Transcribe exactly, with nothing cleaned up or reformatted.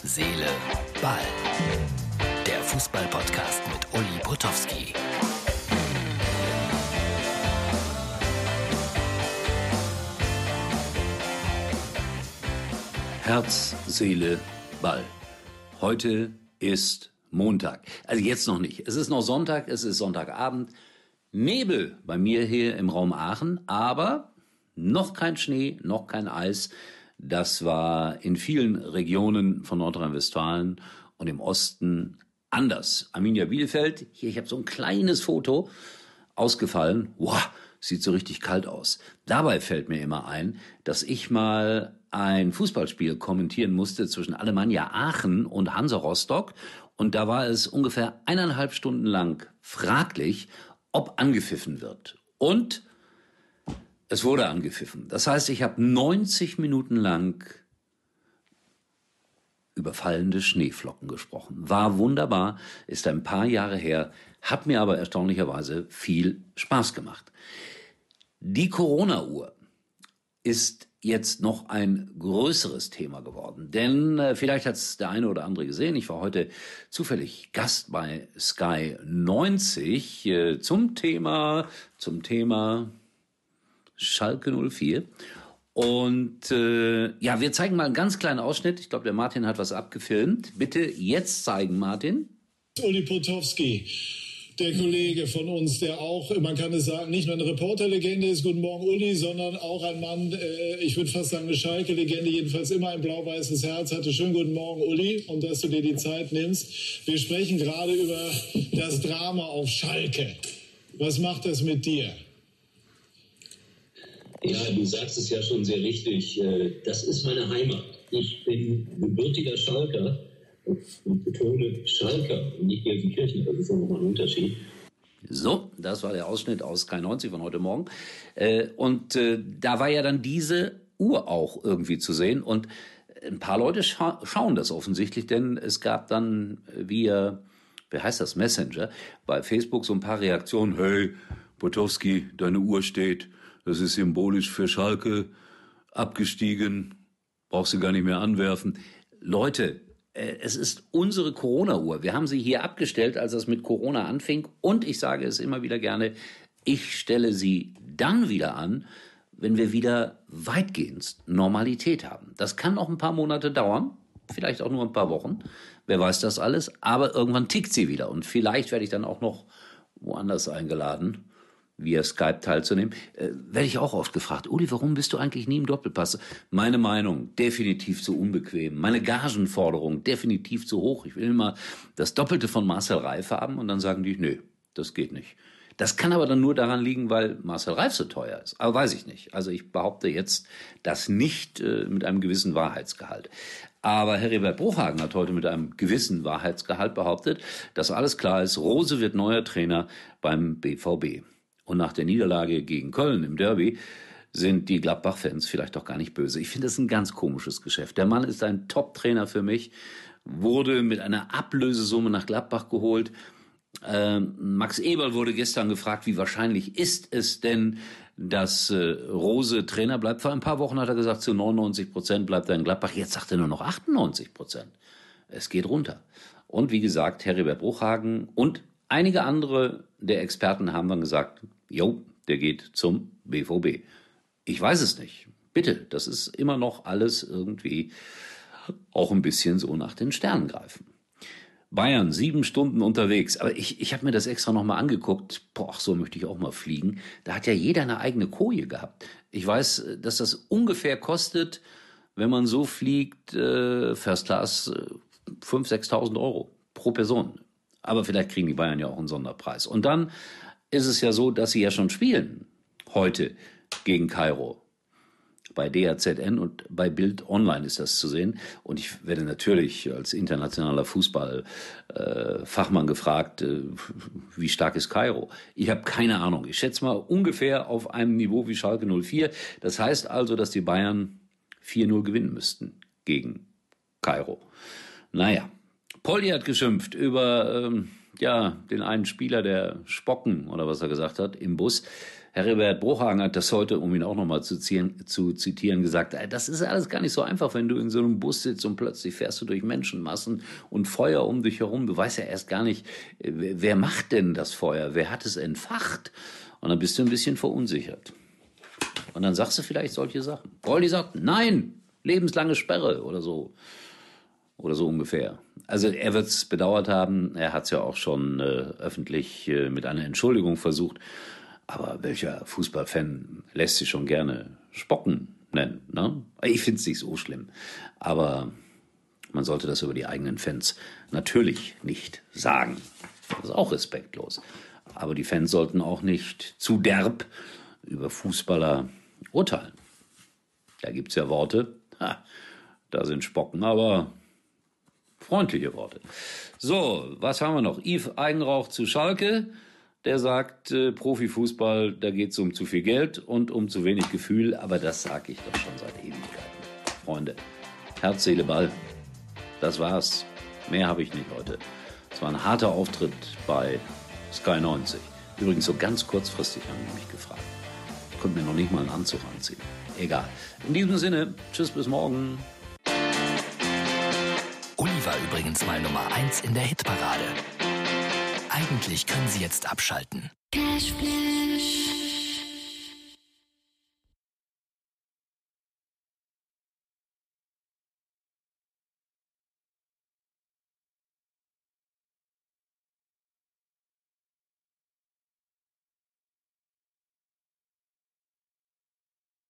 Seele, Ball. Der Fußball-Podcast mit Uli Potowski. Herz, Seele, Ball. Heute ist Montag. Also jetzt noch nicht. Es ist noch Sonntag, es ist Sonntagabend. Nebel bei mir hier im Raum Aachen, aber noch kein Schnee, noch kein Eis. Das war in vielen Regionen von Nordrhein-Westfalen und im Osten anders. Arminia Bielefeld, hier, ich habe so ein kleines Foto, ausgefallen. Wow, sieht so richtig kalt aus. Dabei fällt mir immer ein, dass ich mal ein Fußballspiel kommentieren musste zwischen Alemannia Aachen und Hansa Rostock. Und da war es ungefähr eineinhalb Stunden lang fraglich, ob angepfiffen wird. Und es wurde angepfiffen. Das heißt, ich habe neunzig Minuten lang über fallende Schneeflocken gesprochen. War wunderbar, ist ein paar Jahre her, hat mir aber erstaunlicherweise viel Spaß gemacht. Die Corona-Uhr ist jetzt noch ein größeres Thema geworden. Denn äh, vielleicht hat es der eine oder andere gesehen. Ich war heute zufällig Gast bei Sky neunzig äh, zum Thema, zum Thema Schalke null vier. Und äh, ja, wir zeigen mal einen ganz kleinen Ausschnitt. Ich glaube, der Martin hat was abgefilmt. Bitte jetzt zeigen, Martin. Uli Potowski, der Kollege von uns, der auch, man kann es sagen, nicht nur eine Reporterlegende ist, guten Morgen Uli, sondern auch ein Mann, äh, ich würde fast sagen eine Schalke-Legende, jedenfalls immer ein blau-weißes Herz hatte. Schönen guten Morgen Uli und dass du dir die Zeit nimmst. Wir sprechen gerade über das Drama auf Schalke. Was macht das mit dir? Ja, du sagst es ja schon sehr richtig. Das ist meine Heimat. Ich bin gebürtiger Schalker und betone Schalker und nicht Gelsenkirchen. Das ist nochmal ein Unterschied. So, das war der Ausschnitt aus Sky neunzig von heute Morgen. Und da war ja dann diese Uhr auch irgendwie zu sehen. Und ein paar Leute scha- schauen das offensichtlich, denn es gab dann via, wie heißt das, Messenger, bei Facebook so ein paar Reaktionen. Hey, Potowski, deine Uhr steht. Das ist symbolisch für Schalke, abgestiegen, brauchst du gar nicht mehr anwerfen. Leute, es ist unsere Corona-Uhr. Wir haben sie hier abgestellt, als das mit Corona anfing. Und ich sage es immer wieder gerne, ich stelle sie dann wieder an, wenn wir wieder weitgehend Normalität haben. Das kann noch ein paar Monate dauern, vielleicht auch nur ein paar Wochen. Wer weiß das alles, aber irgendwann tickt sie wieder. Und vielleicht werde ich dann auch noch woanders eingeladen, via Skype teilzunehmen, äh, werde ich auch oft gefragt, Uli, warum bist du eigentlich nie im Doppelpass? Meine Meinung, definitiv zu unbequem. Meine Gagenforderung, definitiv zu hoch. Ich will immer das Doppelte von Marcel Reif haben und dann sagen die, nö, das geht nicht. Das kann aber dann nur daran liegen, weil Marcel Reif so teuer ist. Aber weiß ich nicht. Also ich behaupte jetzt das nicht äh, mit einem gewissen Wahrheitsgehalt. Aber Heribert Bruchhagen hat heute mit einem gewissen Wahrheitsgehalt behauptet, dass alles klar ist, Rose wird neuer Trainer beim B V B. Und nach der Niederlage gegen Köln im Derby sind die Gladbach-Fans vielleicht doch gar nicht böse. Ich finde das ein ganz komisches Geschäft. Der Mann ist ein Top-Trainer für mich, wurde mit einer Ablösesumme nach Gladbach geholt. Ähm, Max Eberl wurde gestern gefragt, wie wahrscheinlich ist es denn, dass äh, Rose Trainer bleibt. Vor ein paar Wochen hat er gesagt, zu neunundneunzig Prozent bleibt er in Gladbach. Jetzt sagt er nur noch achtundneunzig Prozent. Es geht runter. Und wie gesagt, Heribert Bruchhagen und einige andere der Experten haben dann gesagt, jo, der geht zum B V B. Ich weiß es nicht. Bitte, das ist immer noch alles irgendwie auch ein bisschen so nach den Sternen greifen. Bayern, sieben Stunden unterwegs. Aber ich, ich habe mir das extra nochmal angeguckt. Boah, so möchte ich auch mal fliegen. Da hat ja jeder eine eigene Koje gehabt. Ich weiß, dass das ungefähr kostet, wenn man so fliegt, äh, First Class, äh, fünftausend, sechstausend Euro pro Person. Aber vielleicht kriegen die Bayern ja auch einen Sonderpreis. Und dann ist es ja so, dass sie ja schon spielen. Heute gegen Kairo. Bei D A Z N und bei Bild Online ist das zu sehen. Und ich werde natürlich als internationaler Fußballfachmann äh, gefragt, äh, wie stark ist Kairo? Ich habe keine Ahnung. Ich schätze mal ungefähr auf einem Niveau wie Schalke null vier. Das heißt also, dass die Bayern vier null gewinnen müssten gegen Kairo. Naja. Poldi hat geschimpft über ähm, ja, den einen Spieler, der Spocken oder was er gesagt hat, im Bus. Heribert Bruchhagen hat das heute, um ihn auch nochmal zu, zu zitieren, gesagt, das ist alles gar nicht so einfach, wenn du in so einem Bus sitzt und plötzlich fährst du durch Menschenmassen und Feuer um dich herum. Du weißt ja erst gar nicht, wer macht denn das Feuer? Wer hat es entfacht? Und dann bist du ein bisschen verunsichert. Und dann sagst du vielleicht solche Sachen. Goldi sagt, nein, lebenslange Sperre oder so. Oder so ungefähr. Also er wird es bedauert haben. Er hat es ja auch schon äh, öffentlich äh, mit einer Entschuldigung versucht. Aber welcher Fußballfan lässt sich schon gerne Spocken nennen? Ne? Ich finde es nicht so schlimm. Aber man sollte das über die eigenen Fans natürlich nicht sagen. Das ist auch respektlos. Aber die Fans sollten auch nicht zu derb über Fußballer urteilen. Da gibt es ja Worte, ha, da sind Spocken, aber freundliche Worte. So, was haben wir noch? Yves Eigenrauch zu Schalke. Der sagt, äh, Profifußball, da geht es um zu viel Geld und um zu wenig Gefühl. Aber das sage ich doch schon seit Ewigkeiten. Freunde, Herz, Seele, Ball. Das war's. Mehr habe ich nicht heute. Es war ein harter Auftritt bei Sky neunzig. Übrigens so ganz kurzfristig haben die mich gefragt. Ich konnte mir noch nicht mal einen Anzug anziehen. Egal. In diesem Sinne, tschüss, bis morgen. Uli war übrigens mal Nummer eins in der Hitparade. Eigentlich können Sie jetzt abschalten. Cashflow.